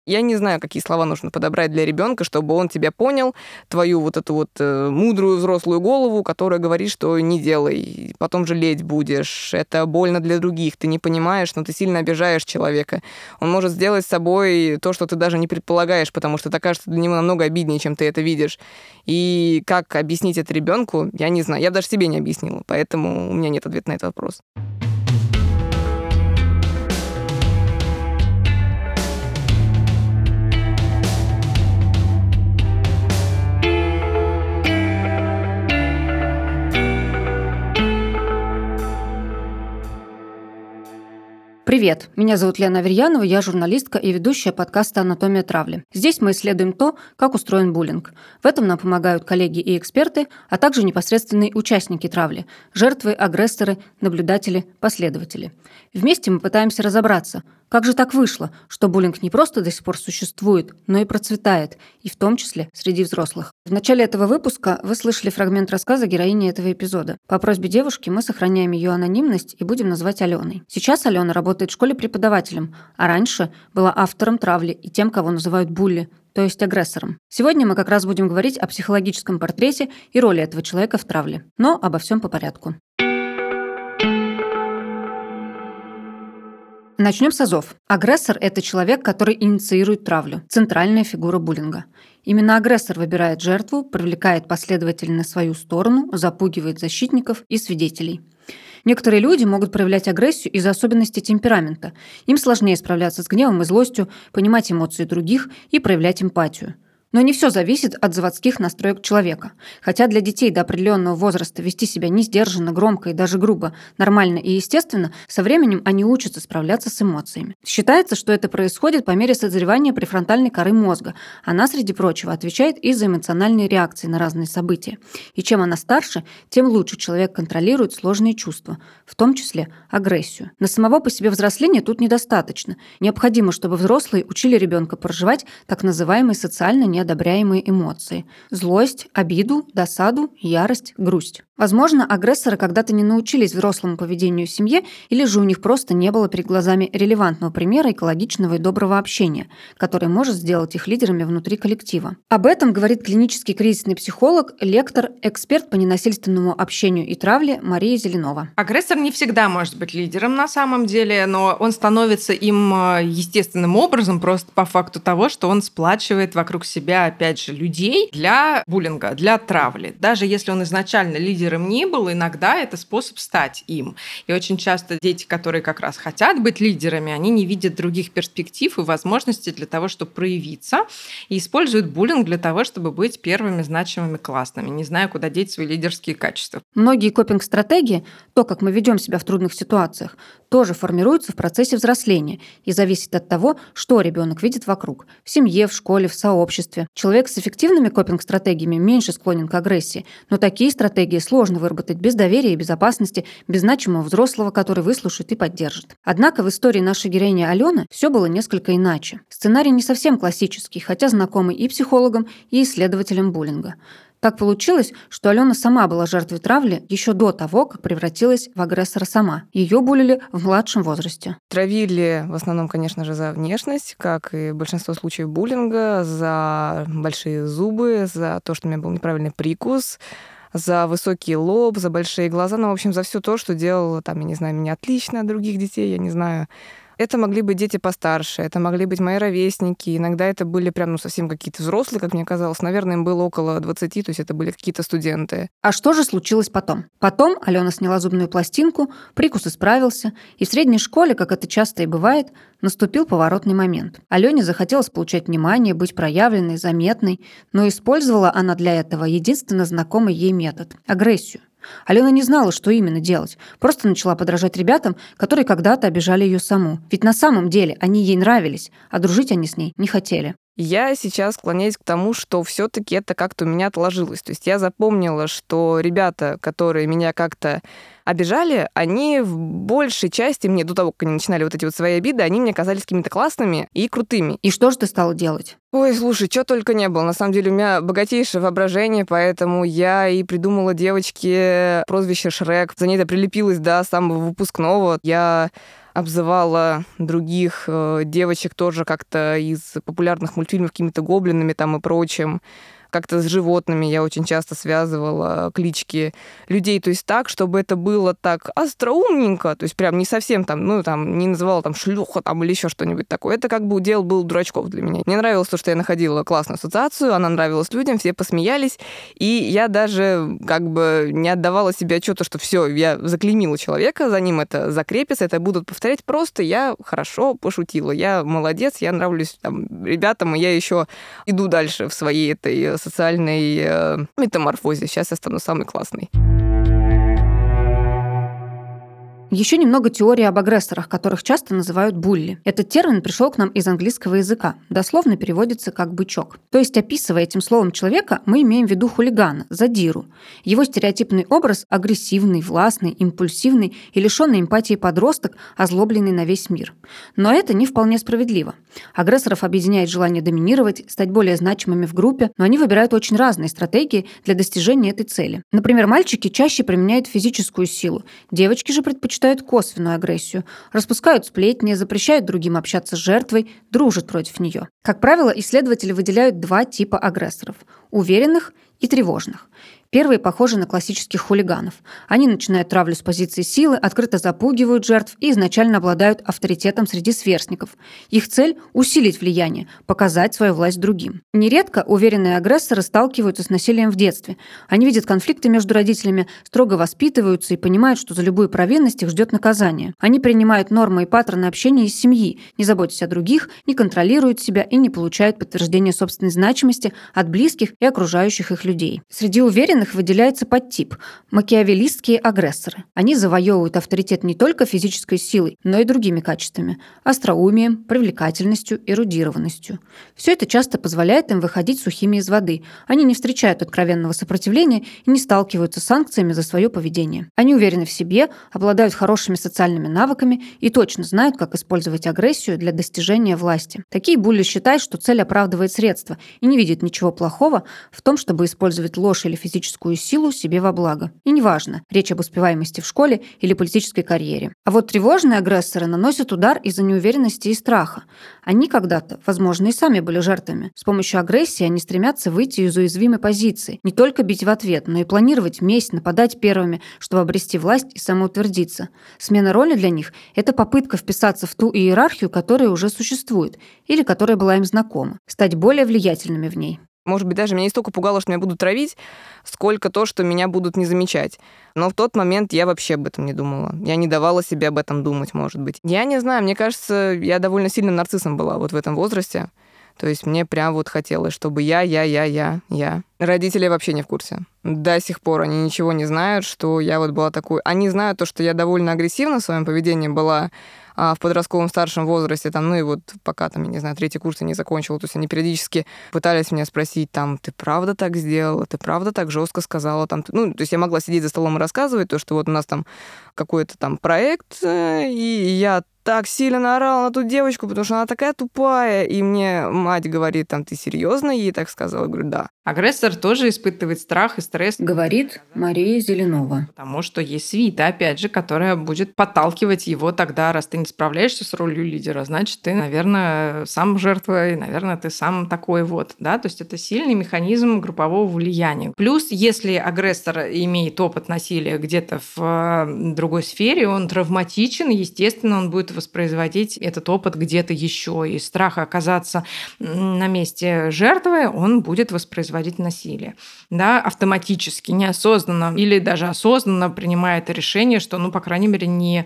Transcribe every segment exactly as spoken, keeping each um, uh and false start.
Я не знаю, какие слова нужно подобрать для ребенка, чтобы он тебя понял, твою вот эту вот э, мудрую взрослую голову, которая говорит, что не делай, потом жалеть будешь, это больно для других, ты не понимаешь, но ты сильно обижаешь человека. Он может сделать с собой то, что ты даже не предполагаешь, потому что это кажется для него намного обиднее, чем ты это видишь. И как объяснить это ребенку, я не знаю, я даже себе не объяснила, поэтому у меня нет ответа на этот вопрос. Привет, меня зовут Лена Аверьянова, я журналистка и ведущая подкаста «Анатомия травли». Здесь мы исследуем то, как устроен буллинг. В этом нам помогают коллеги и эксперты, а также непосредственные участники травли – жертвы, агрессоры, наблюдатели, последователи. Вместе мы пытаемся разобраться, как же так вышло, что буллинг не просто до сих пор существует, но и процветает, и в том числе среди взрослых. В начале этого выпуска вы слышали фрагмент рассказа героини этого эпизода. По просьбе девушки мы сохраняем ее анонимность и будем называть Аленой. Сейчас Алена работает в школе преподавателем, а раньше была автором травли и тем, кого называют булли, то есть агрессором. Сегодня мы как раз будем говорить о психологическом портрете и роли этого человека в травле. Но обо всем по порядку. Начнем с азов. Агрессор – это человек, который инициирует травлю. Центральная фигура буллинга. Именно агрессор выбирает жертву, привлекает последователей на свою сторону, запугивает защитников и свидетелей. Некоторые люди могут проявлять агрессию из-за особенностей темперамента. Им сложнее справляться с гневом и злостью, понимать эмоции других и проявлять эмпатию. Но не все зависит от заводских настроек человека. Хотя для детей до определенного возраста вести себя несдержанно, громко и даже грубо, нормально и естественно, со временем они учатся справляться с эмоциями. Считается, что это происходит по мере созревания префронтальной коры мозга. Она, среди прочего, отвечает и за эмоциональные реакции на разные события. И чем она старше, тем лучше человек контролирует сложные чувства, в том числе агрессию. На самого по себе взросления тут недостаточно. Необходимо, чтобы взрослые учили ребенка проживать так называемые социально неодобряемые одобряемые эмоции – злость, обиду, досаду, ярость, грусть. Возможно, агрессоры когда-то не научились взрослому поведению в семье, или же у них просто не было перед глазами релевантного примера экологичного и доброго общения, который может сделать их лидерами внутри коллектива. Об этом говорит клинический кризисный психолог, лектор, эксперт по ненасильственному общению и травле Мария Зеленова. Агрессор не всегда может быть лидером на самом деле, но он становится им естественным образом просто по факту того, что он сплачивает вокруг себя, опять же, людей для буллинга, для травли. Даже если он изначально лидером не был, иногда это способ стать им. И очень часто дети, которые как раз хотят быть лидерами, они не видят других перспектив и возможностей для того, чтобы проявиться, и используют буллинг для того, чтобы быть первыми значимыми классными, не зная, куда деть свои лидерские качества. Многие копинг-стратегии, то, как мы ведем себя в трудных ситуациях, тоже формируются в процессе взросления и зависит от того, что ребенок видит вокруг – в семье, в школе, в сообществе. Человек с эффективными копинг-стратегиями меньше склонен к агрессии, но такие стратегии сложно выработать без доверия и безопасности, без значимого взрослого, который выслушает и поддержит. Однако в истории нашей героини Алены все было несколько иначе. Сценарий не совсем классический, хотя знакомый и психологам, и исследователям буллинга. Так получилось, что Алена сама была жертвой травли еще до того, как превратилась в агрессора сама. Ее буллили в младшем возрасте. Травили в основном, конечно же, за внешность, как и большинство случаев буллинга, за большие зубы, за то, что у меня был неправильный прикус, за высокий лоб, за большие глаза, ну, в общем, за все то, что делало, там, я не знаю, меня отлично от других детей, я не знаю. Это могли быть дети постарше, это могли быть мои ровесники, иногда это были прям ну, совсем какие-то взрослые, как мне казалось. Наверное, им было около двадцати, то есть это были какие-то студенты. А что же случилось потом? Потом Алена сняла зубную пластинку, прикус исправился, и в средней школе, как это часто и бывает, наступил поворотный момент. Алене захотелось получать внимание, быть проявленной, заметной, но использовала она для этого единственно знакомый ей метод – агрессию. Алена не знала, что именно делать, просто начала подражать ребятам, которые когда-то обижали ее саму. Ведь на самом деле они ей нравились, а дружить они с ней не хотели. Я сейчас склоняюсь к тому, что все-таки это как-то у меня отложилось. То есть я запомнила, что ребята, которые меня как-то обижали, они в большей части мне, до того, как они начинали вот эти вот свои обиды, они мне казались какими-то классными и крутыми. И что же ты стала делать? Ой, слушай, что только не было. На самом деле у меня богатейшее воображение, поэтому я и придумала девочке прозвище Шрек. За ней это прилепилось до самого выпускного. Я обзывала других э, девочек тоже как-то из популярных мультфильмов какими-то гоблинами там и прочим. Как-то с животными я очень часто связывала клички людей, то есть так, чтобы это было так остроумненько, то есть прям не совсем там, ну, там, не называла там шлюха там или еще что-нибудь такое. Это как бы удел был дурачков для меня. Мне нравилось то, что я находила классную ассоциацию, она нравилась людям, все посмеялись, и я даже как бы не отдавала себе отчета, что все, я заклеймила человека, за ним это закрепится, это будут повторять, просто я хорошо пошутила, я молодец, я нравлюсь там ребятам, и я еще иду дальше в своей этой социальной э, метаморфозе. Сейчас я стану самой классной. Еще немного теории об агрессорах, которых часто называют булли. Этот термин пришел к нам из английского языка. Дословно переводится как «бычок». То есть, описывая этим словом человека, мы имеем в виду хулигана, задиру. Его стереотипный образ – агрессивный, властный, импульсивный и лишенный эмпатии подросток, озлобленный на весь мир. Но это не вполне справедливо. Агрессоров объединяет желание доминировать, стать более значимыми в группе, но они выбирают очень разные стратегии для достижения этой цели. Например, мальчики чаще применяют физическую силу, девочки же предпочитают косвенную агрессию, распускают сплетни, запрещают другим общаться с жертвой, дружат против нее. Как правило, исследователи выделяют два типа агрессоров – уверенных и тревожных. Первые похожи на классических хулиганов. Они начинают травлю с позиции силы, открыто запугивают жертв и изначально обладают авторитетом среди сверстников. Их цель – усилить влияние, показать свою власть другим. Нередко уверенные агрессоры сталкиваются с насилием в детстве. Они видят конфликты между родителями, строго воспитываются и понимают, что за любую провинность их ждет наказание. Они принимают нормы и паттерны общения из семьи, не заботясь о других, не контролируют себя и не получают подтверждения собственной значимости от близких и окружающих их людей. Среди уверенных выделяется подтип – макиавеллистские агрессоры. Они завоевывают авторитет не только физической силой, но и другими качествами – остроумием, привлекательностью, эрудированностью. Все это часто позволяет им выходить сухими из воды. Они не встречают откровенного сопротивления и не сталкиваются с санкциями за свое поведение. Они уверены в себе, обладают хорошими социальными навыками и точно знают, как использовать агрессию для достижения власти. Такие булли считают, что цель оправдывает средства и не видят ничего плохого в том, чтобы использовать ложь или физическую силу себе во благо. И неважно, речь об успеваемости в школе или политической карьере. А вот тревожные агрессоры наносят удар из-за неуверенности и страха. Они когда-то, возможно, и сами были жертвами. С помощью агрессии они стремятся выйти из уязвимой позиции, не только бить в ответ, но и планировать месть, нападать первыми, чтобы обрести власть и самоутвердиться. Смена роли для них – это попытка вписаться в ту иерархию, которая уже существует или которая была им знакома, стать более влиятельными в ней. Может быть, даже меня не столько пугало, что меня будут травить, сколько то, что меня будут не замечать. Но в тот момент я вообще об этом не думала. Я не давала себе об этом думать, может быть. Я не знаю, мне кажется, я довольно сильным нарциссом была вот в этом возрасте. То есть мне прям вот хотелось, чтобы я, я, я, я, я. Родители вообще не в курсе. До сих пор они ничего не знают, что я вот была такой. Они знают то, что я довольно агрессивна в своем поведении была а, в подростковом старшем возрасте, там, ну и вот пока там, я не знаю, третий курс я не закончила, то есть они периодически пытались меня спросить, там, ты правда так сделала, ты правда так жестко сказала, там, ну, то есть я могла сидеть за столом и рассказывать то, что вот у нас там какой-то там проект, и я так сильно наорала на ту девочку, потому что она такая тупая, и мне мать говорит, там, ты серьезно ей так сказала? Я говорю, да. Агрессор тоже испытывает страх и стресс. Говорит Мария Зеленова. Потому что есть свита, опять же, которая будет подталкивать его тогда, раз ты не справляешься с ролью лидера, значит, ты, наверное, сам жертва, и, наверное, ты сам такой вот, да, то есть это сильный механизм группового влияния. Плюс, если агрессор имеет опыт насилия где-то в другой сфере, он травматичен, естественно, он будет воспроизводить этот опыт где-то еще, и страх оказаться на месте жертвы, он будет воспроизводить насилие, да, автоматически, неосознанно или даже осознанно принимает решение, что, ну, по крайней мере, не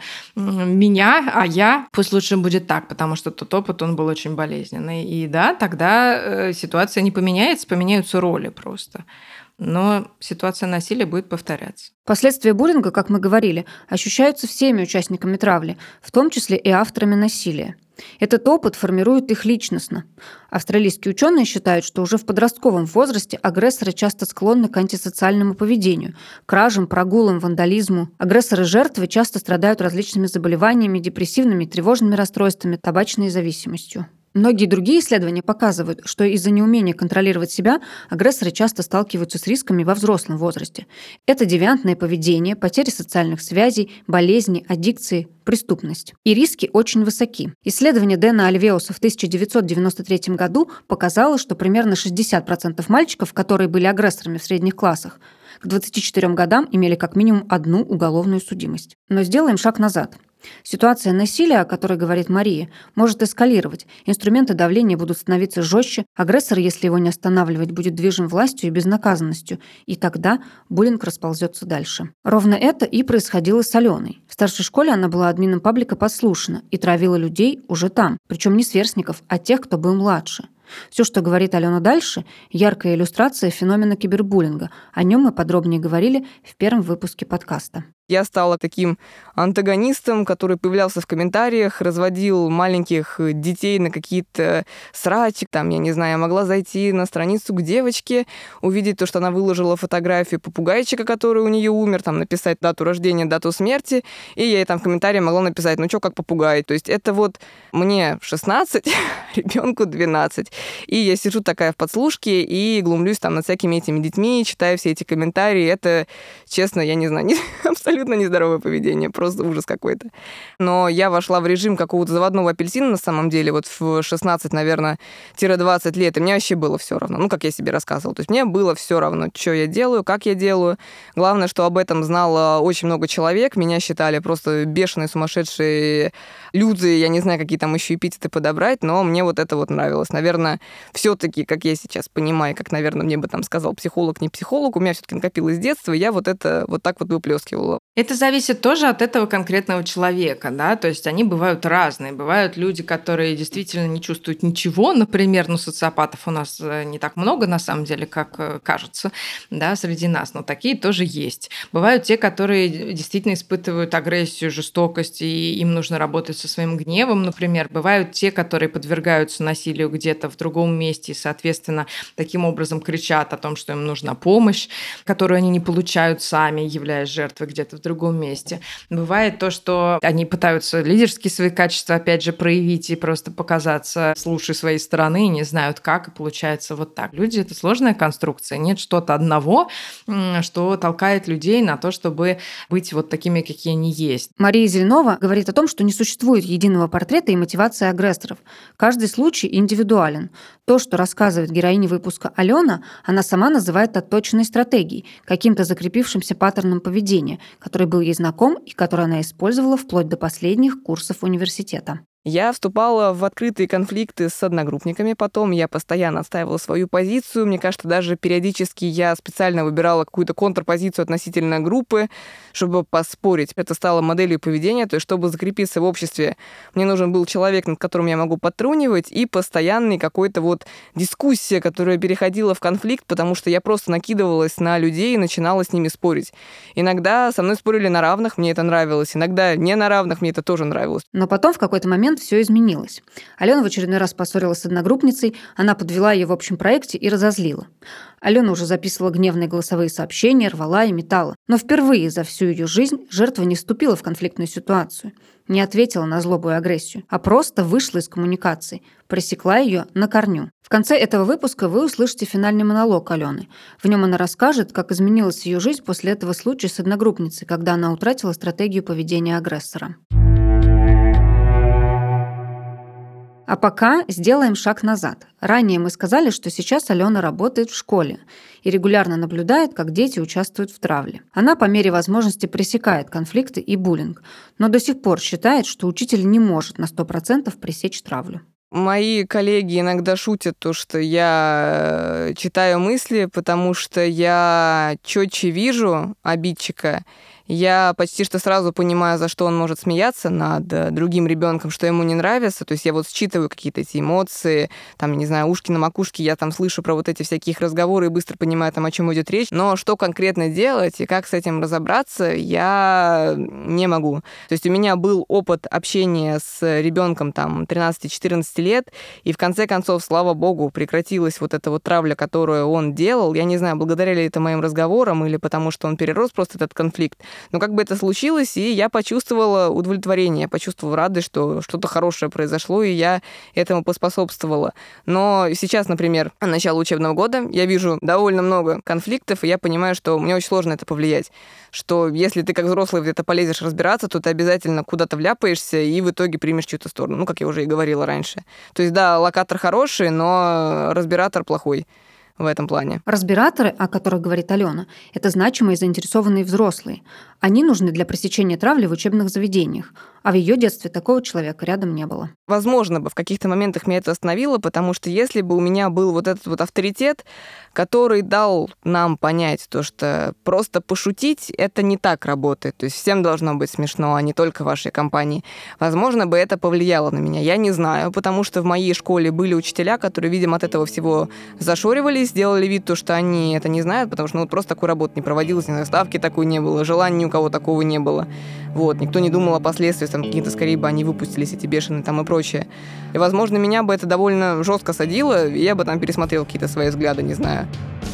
меня, а я, пусть лучше будет так, потому что тот опыт, он был очень болезненный. И да, тогда ситуация не поменяется, поменяются роли просто. Но ситуация насилия будет повторяться. Последствия буллинга, как мы говорили, ощущаются всеми участниками травли, в том числе и авторами насилия. Этот опыт формирует их личностно. Австралийские ученые считают, что уже в подростковом возрасте агрессоры часто склонны к антисоциальному поведению, кражам, прогулам, вандализму. Агрессоры-жертвы часто страдают различными заболеваниями, депрессивными и тревожными расстройствами, табачной зависимостью. Многие другие исследования показывают, что из-за неумения контролировать себя агрессоры часто сталкиваются с рисками во взрослом возрасте. Это девиантное поведение, потери социальных связей, болезни, аддикции, преступность. И риски очень высоки. Исследование Дэна Альвеуса в тысяча девятьсот девяносто третьем году показало, что примерно шестьдесят процентов мальчиков, которые были агрессорами в средних классах, к двадцати четырем годам имели как минимум одну уголовную судимость. Но сделаем шаг назад. Ситуация насилия, о которой говорит Мария, может эскалировать. Инструменты давления будут становиться жестче. Агрессор, если его не останавливать, будет движим властью и безнаказанностью. И тогда буллинг расползется дальше. Ровно это и происходило с Аленой. В старшей школе она была админом паблика «Подслушано» и травила людей уже там. Причем не сверстников, а тех, кто был младше. Все, что говорит Алена дальше, яркая иллюстрация феномена кибербуллинга. О нем мы подробнее говорили в первом выпуске подкаста. Я стала таким антагонистом, который появлялся в комментариях, разводил маленьких детей на какие-то срачи. Там, я не знаю, я могла зайти на страницу к девочке, увидеть то, что она выложила фотографию попугайчика, который у нее умер, там написать дату рождения, дату смерти, и я ей там в комментарии могла написать, ну что, как попугай. То есть это вот мне шестнадцать, ребенку двенадцать. И я сижу такая в подслушке и глумлюсь там над всякими этими детьми, читаю все эти комментарии. Это, честно, я не знаю, не, абсолютно нездоровое поведение, просто ужас какой-то. Но я вошла в режим какого-то заводного апельсина на самом деле, вот в шестнадцать, наверное, двадцать лет, и мне вообще было все равно, ну, как я себе рассказывала. То есть мне было все равно, что я делаю, как я делаю. Главное, что об этом знало очень много человек. Меня считали просто бешеные, сумасшедшие люди, я не знаю, какие там еще эпитеты подобрать, но мне вот это вот нравилось. Наверное, все-таки, как я сейчас понимаю, как, наверное, мне бы там сказал психолог, не психолог, у меня все-таки накопилось с детства, и я вот это вот так вот выплескивала. Это зависит тоже от этого конкретного человека, да, то есть они бывают разные. Бывают люди, которые действительно не чувствуют ничего, например, ну, социопатов у нас не так много, на самом деле, как кажется, да, среди нас, но такие тоже есть. Бывают те, которые действительно испытывают агрессию, жестокость, и им нужно работать со своим гневом, например. Бывают те, которые подвергаются насилию где-то в другом месте и, соответственно, таким образом кричат о том, что им нужна помощь, которую они не получают сами, являясь жертвой где-то в другом месте. Бывает то, что они пытаются лидерские свои качества, опять же, проявить и просто показаться с лучшей своей стороны, и не знают как, и получается вот так. Люди — это сложная конструкция. Нет что-то одного, что толкает людей на то, чтобы быть вот такими, какие они есть. Мария Зеленова говорит о том, что не существует единого портрета и мотивации агрессоров. Каждый случай индивидуален. То, что рассказывает героиня выпуска Алена, она сама называет отточенной стратегией, каким-то закрепившимся паттерном поведения, который был ей знаком и который она использовала вплоть до последних курсов университета. Я вступала в открытые конфликты с одногруппниками потом, я постоянно отстаивала свою позицию. Мне кажется, даже периодически я специально выбирала какую-то контрпозицию относительно группы, чтобы поспорить. Это стало моделью поведения, то есть чтобы закрепиться в обществе, мне нужен был человек, над которым я могу подтрунивать, и постоянный какой-то вот дискуссия, которая переходила в конфликт, потому что я просто накидывалась на людей и начинала с ними спорить. Иногда со мной спорили на равных, мне это нравилось, иногда не на равных, мне это тоже нравилось. Но потом в какой-то момент все изменилось. Алена в очередной раз поссорилась с одногруппницей, она подвела ее в общем проекте и разозлила. Алена уже записывала гневные голосовые сообщения, рвала и метала. Но впервые за всю ее жизнь жертва не вступила в конфликтную ситуацию, не ответила на злобу и агрессию, а просто вышла из коммуникации, пресекла ее на корню. В конце этого выпуска вы услышите финальный монолог Алены. В нем она расскажет, как изменилась ее жизнь после этого случая с одногруппницей, когда она утратила стратегию поведения агрессора. А пока сделаем шаг назад. Ранее мы сказали, что сейчас Алена работает в школе и регулярно наблюдает, как дети участвуют в травле. Она по мере возможности пресекает конфликты и буллинг, но до сих пор считает, что учитель не может на сто процентов пресечь травлю. Мои коллеги иногда шутят то, что я читаю мысли, потому что я четче вижу обидчика. Я почти что сразу понимаю, за что он может смеяться над другим ребенком, что ему не нравится. То есть я вот считываю какие-то эти эмоции, там, не знаю, ушки на макушке, я там слышу про вот эти всякие их разговоры и быстро понимаю, там, о чем идет речь. Но что конкретно делать и как с этим разобраться, я не могу. То есть у меня был опыт общения с ребенком там тринадцати-четырнадцати лет, и в конце концов, слава богу, прекратилась вот эта вот травля, которую он делал. Я не знаю, благодаря ли это моим разговорам или потому что он перерос просто этот конфликт. Но как бы это случилось, и я почувствовала удовлетворение, я почувствовала радость, что что-то хорошее произошло, и я этому поспособствовала. Но сейчас, например, начало учебного года, я вижу довольно много конфликтов, и я понимаю, что мне очень сложно это повлиять. Что если ты как взрослый в это полезешь разбираться, то ты обязательно куда-то вляпаешься и в итоге примешь чью-то сторону. Ну, как я уже и говорила раньше. То есть, да, локатор хороший, но разбиратор плохой в этом плане. Разбираторы, о которых говорит Алена, это значимые и заинтересованные взрослые. Они нужны для пресечения травли в учебных заведениях. А в ее детстве такого человека рядом не было. Возможно бы в каких-то моментах меня это остановило, потому что если бы у меня был вот этот вот авторитет, который дал нам понять то, что просто пошутить — это не так работает. То есть всем должно быть смешно, а не только вашей компании. Возможно бы это повлияло на меня. Я не знаю, потому что в моей школе были учителя, которые, видимо, от этого всего зашоривались, сделали вид, то, что они это не знают, потому что ну, просто такой работы не проводилось, ни ставки такой не было, желания ни у кого такого не было. Вот, никто не думал о последствиях, там какие-то скорее бы они выпустились, эти бешеные там и прочее. И, возможно, меня бы это довольно жестко садило, и я бы там пересмотрел какие-то свои взгляды, не знаю.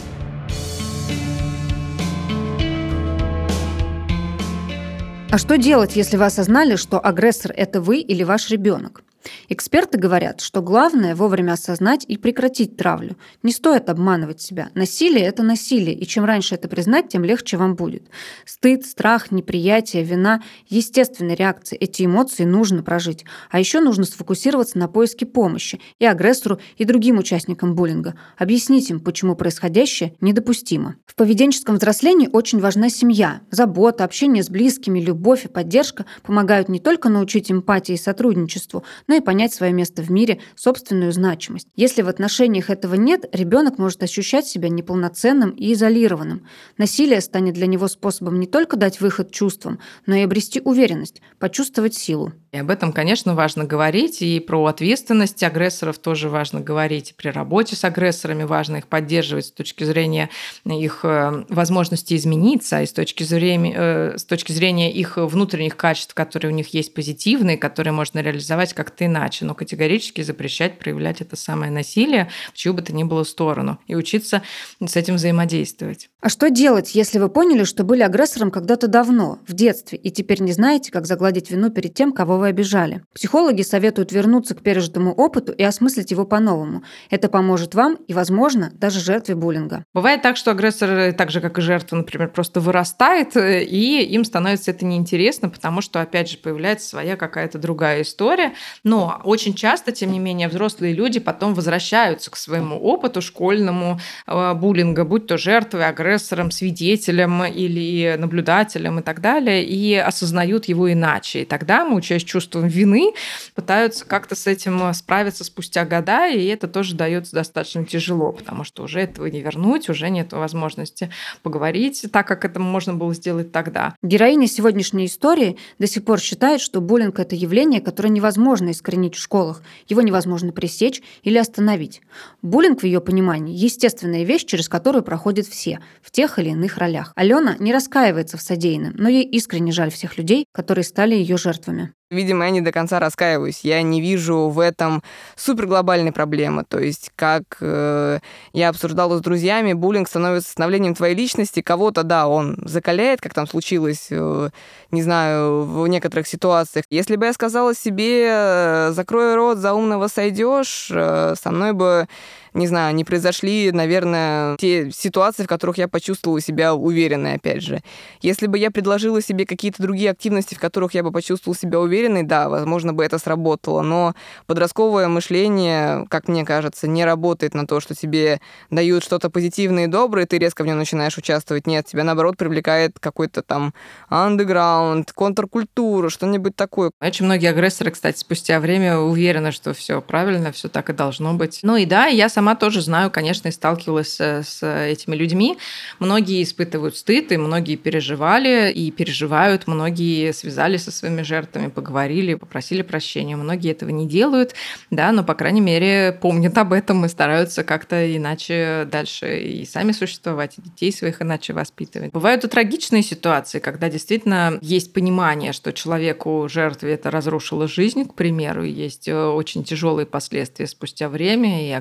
А что делать, если вы осознали, что агрессор – это вы или ваш ребенок? Эксперты говорят, что главное вовремя осознать и прекратить травлю. Не стоит обманывать себя. Насилие – это насилие, и чем раньше это признать, тем легче вам будет. Стыд, страх, неприятие, вина – естественные реакции. Эти эмоции нужно прожить. А еще нужно сфокусироваться на поиске помощи и агрессору, и другим участникам буллинга. Объяснить им, почему происходящее недопустимо. В поведенческом взрослении очень важна семья. Забота, общение с близкими, любовь и поддержка помогают не только научить эмпатии и сотрудничеству, но и понять свое место в мире, собственную значимость. Если в отношениях этого нет, ребенок может ощущать себя неполноценным и изолированным. Насилие станет для него способом не только дать выход чувствам, но и обрести уверенность, почувствовать силу. И об этом, конечно, важно говорить, и про ответственность агрессоров тоже важно говорить, и при работе с агрессорами важно их поддерживать с точки зрения их возможности измениться, и с точки зрения, с точки зрения их внутренних качеств, которые у них есть позитивные, которые можно реализовать как-то иначе, но категорически запрещать проявлять это самое насилие в чью бы то ни было сторону и учиться с этим взаимодействовать. А что делать, если вы поняли, что были агрессором когда-то давно, в детстве, и теперь не знаете, как загладить вину перед тем, кого вы обижали? Психологи советуют вернуться к пережитому опыту и осмыслить его по-новому. Это поможет вам и, возможно, даже жертве буллинга. Бывает так, что агрессор, так же, как и жертва, например, просто вырастает, и им становится это неинтересно, потому что, опять же, появляется своя какая-то другая история. Но очень часто, тем не менее, взрослые люди потом возвращаются к своему опыту школьному э, буллинга, будь то жертвой, агрессором, свидетелем или наблюдателем и так далее, и осознают его иначе. И тогда, мучаясь чувством вины, пытаются как-то с этим справиться спустя года, и это тоже дается достаточно тяжело, потому что уже этого не вернуть, уже нет возможности поговорить так, как это можно было сделать тогда. Героиня сегодняшней истории до сих пор считает, что буллинг – это явление, которое невозможно искоренить в школах, его невозможно пресечь или остановить. Буллинг, в ее понимании, естественная вещь, через которую проходят все, в тех или иных ролях. Алена не раскаивается в содеянном, но ей искренне жаль всех людей, которые стали ее жертвами. Видимо, я не до конца раскаиваюсь. Я не вижу в этом суперглобальной проблемы. То есть, как э, я обсуждала с друзьями, буллинг становится становлением твоей личности. Кого-то, да, он закаляет, как там случилось, э, не знаю, в некоторых ситуациях. Если бы я сказала себе, закрой рот, за умного сойдешь, э, со мной бы, не знаю, не произошли, наверное, те ситуации, в которых я почувствовала себя уверенной, опять же. Если бы я предложила себе какие-то другие активности, в которых я бы почувствовала себя уверенной, да, возможно бы это сработало, но подростковое мышление, как мне кажется, не работает на то, что тебе дают что-то позитивное и доброе, и ты резко в нем начинаешь участвовать. Нет, тебя, наоборот, привлекает какой-то там андеграунд, контркультура, что-нибудь такое. Очень многие агрессоры, кстати, спустя время уверены, что все правильно, все так и должно быть. Ну и да, я сама тоже знаю, конечно, и сталкивалась с этими людьми. Многие испытывают стыд, и многие переживали, и переживают, многие связались со своими жертвами, поговорили, попросили прощения. Многие этого не делают, да, но, по крайней мере, помнят об этом и стараются как-то иначе дальше и сами существовать, и детей своих иначе воспитывать. Бывают и трагичные ситуации, когда действительно есть понимание, что человеку, жертве, это разрушило жизнь, к примеру, и есть очень тяжелые последствия спустя время, и агрессор может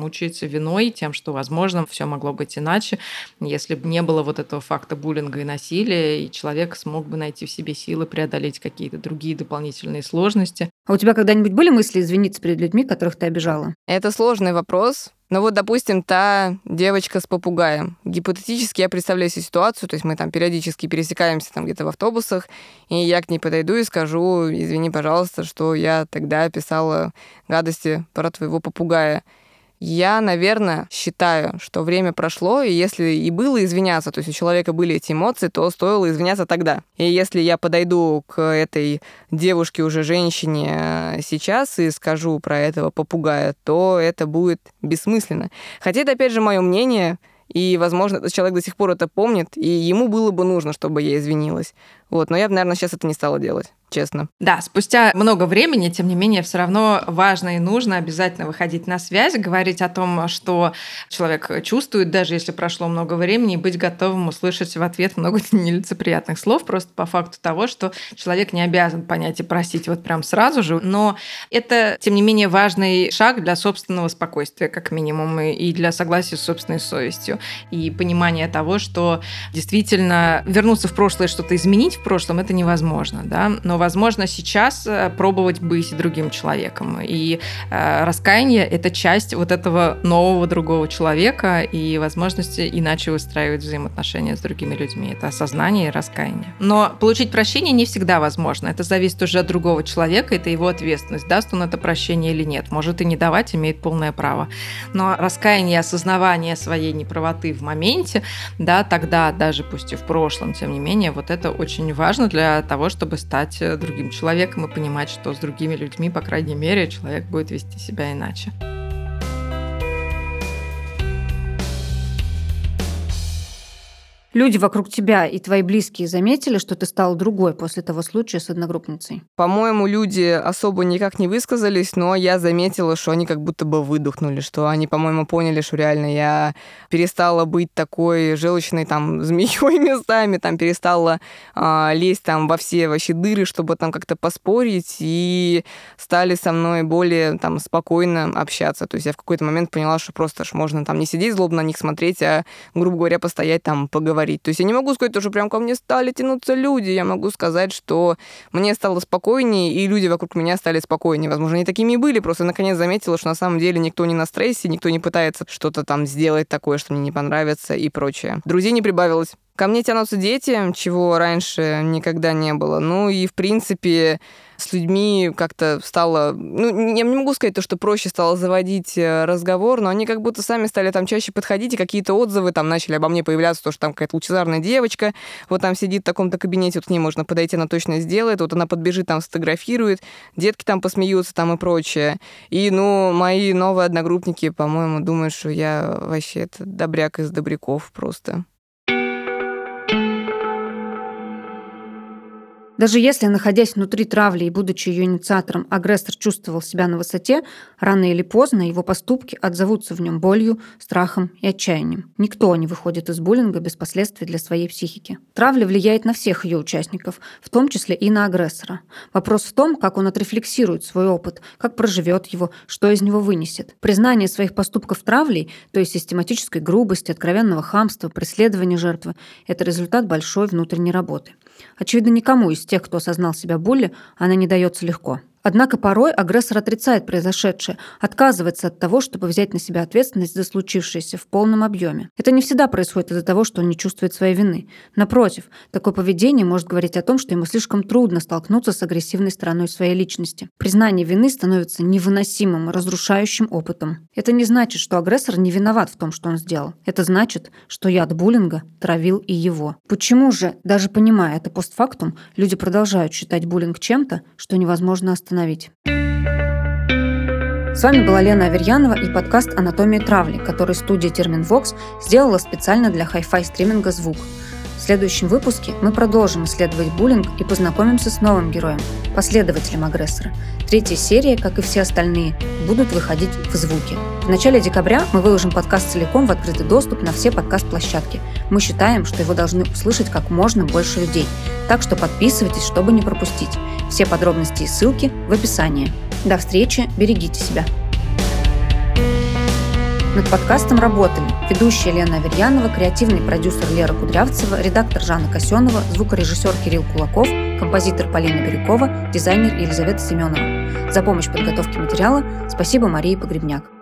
мучается виной тем, что, возможно, все могло быть иначе, если бы не было вот этого факта буллинга и насилия, и человек смог бы найти в себе силы преодолеть какие-то другие дополнительные сложности. А у тебя когда-нибудь были мысли извиниться перед людьми, которых ты обижала? Это сложный вопрос. Ну вот, допустим, та девочка с попугаем. Гипотетически я представляю себе ситуацию, то есть мы там периодически пересекаемся там где-то в автобусах, и я к ней подойду и скажу: извини, пожалуйста, что я тогда писала гадости про твоего попугая. Я, наверное, считаю, что время прошло, и если и было извиняться, то есть у человека были эти эмоции, то стоило извиняться тогда. И если я подойду к этой девушке, уже женщине, сейчас и скажу про этого попугая, то это будет бессмысленно. Хотя это, опять же, мое мнение, и, возможно, этот человек до сих пор это помнит, и ему было бы нужно, чтобы я извинилась. Вот, но я бы, наверное, сейчас это не стала делать, честно. Да, спустя много времени, тем не менее, все равно важно и нужно обязательно выходить на связь, говорить о том, что человек чувствует, даже если прошло много времени, и быть готовым услышать в ответ много нелицеприятных слов, просто по факту того, что человек не обязан понять и простить вот прям сразу же. Но это, тем не менее, важный шаг для собственного спокойствия, как минимум, и для согласия с собственной совестью, и понимания того, что действительно вернуться в прошлое, что-то изменить в прошлом, это невозможно, да, но возможно сейчас пробовать быть другим человеком. И э, раскаяние — это часть вот этого нового другого человека и возможности иначе выстраивать взаимоотношения с другими людьми. Это осознание и раскаяние. Но получить прощение не всегда возможно. Это зависит уже от другого человека, это его ответственность, даст он это прощение или нет. Может и не давать, имеет полное право. Но раскаяние и осознавание своей неправоты в моменте, да, тогда, даже пусть и в прошлом, тем не менее, вот это очень важно для того, чтобы стать другим человеком и понимать, что с другими людьми, по крайней мере, человек будет вести себя иначе. Люди вокруг тебя и твои близкие заметили, что ты стала другой после того случая с одногруппницей? По-моему, люди особо никак не высказались, но я заметила, что они как будто бы выдохнули, что они, по-моему, поняли, что реально я перестала быть такой желчной там змеей местами, там перестала а, лезть там во все вообще дыры, чтобы там как-то поспорить, и стали со мной более там спокойно общаться. То есть я в какой-то момент поняла, что просто ж можно там не сидеть злобно на них смотреть, а, грубо говоря, постоять там, поговорить. То есть я не могу сказать, что прям ко мне стали тянуться люди. Я могу сказать, что мне стало спокойнее, и люди вокруг меня стали спокойнее. Возможно, они такими и были. Просто наконец заметила, что на самом деле никто не на стрессе, никто не пытается что-то там сделать такое, что мне не понравится и прочее. Друзей не прибавилось. Ко мне тянутся дети, чего раньше никогда не было. Ну и, в принципе, с людьми как-то стало... Ну, я не могу сказать то, что проще стало заводить разговор, но они как будто сами стали там чаще подходить, и какие-то отзывы там начали обо мне появляться, то, что там какая-то лучезарная девочка, вот там сидит в таком-то кабинете, вот к ней можно подойти, она точно сделает, вот она подбежит, там сфотографирует, детки там посмеются там и прочее. И, ну, мои новые одногруппники, по-моему, думают, что я вообще это добряк из добряков просто. Даже если, находясь внутри травли и будучи ее инициатором, агрессор чувствовал себя на высоте, рано или поздно его поступки отзовутся в нем болью, страхом и отчаянием. Никто не выходит из буллинга без последствий для своей психики. Травля влияет на всех ее участников, в том числе и на агрессора. Вопрос в том, как он отрефлексирует свой опыт, как проживет его, что из него вынесет. Признание своих поступков травлей, то есть систематической грубости, откровенного хамства, преследования жертвы, это результат большой внутренней работы. Очевидно, никому из тех, кто осознал себя булли, она не дается легко. Однако порой агрессор отрицает произошедшее, отказывается от того, чтобы взять на себя ответственность за случившееся в полном объеме. Это не всегда происходит из-за того, что он не чувствует своей вины. Напротив, такое поведение может говорить о том, что ему слишком трудно столкнуться с агрессивной стороной своей личности. Признание вины становится невыносимым, разрушающим опытом. Это не значит, что агрессор не виноват в том, что он сделал. Это значит, что яд буллинга травил и его. Почему же, даже понимая это постфактум, люди продолжают считать буллинг чем-то, что невозможно остановить? С вами была Лена Аверьянова и подкаст «Анатомия травли», который студия Терминвокс сделала специально для хай-фай стриминга «Звук». В следующем выпуске мы продолжим исследовать буллинг и познакомимся с новым героем, последователем агрессора. Третья серия, как и все остальные, будут выходить в звуке. В начале декабря мы выложим подкаст целиком в открытый доступ на все подкаст-площадки. Мы считаем, что его должны услышать как можно больше людей. Так что подписывайтесь, чтобы не пропустить. Все подробности и ссылки в описании. До встречи, берегите себя. Над подкастом работали ведущая Лена Аверьянова, креативный продюсер Лера Кудрявцева, редактор Жанна Касенова, звукорежиссер Кирилл Кулаков, композитор Полина Бирюкова, дизайнер Елизавета Семенова. За помощь в подготовке материала спасибо Марии Погребняк.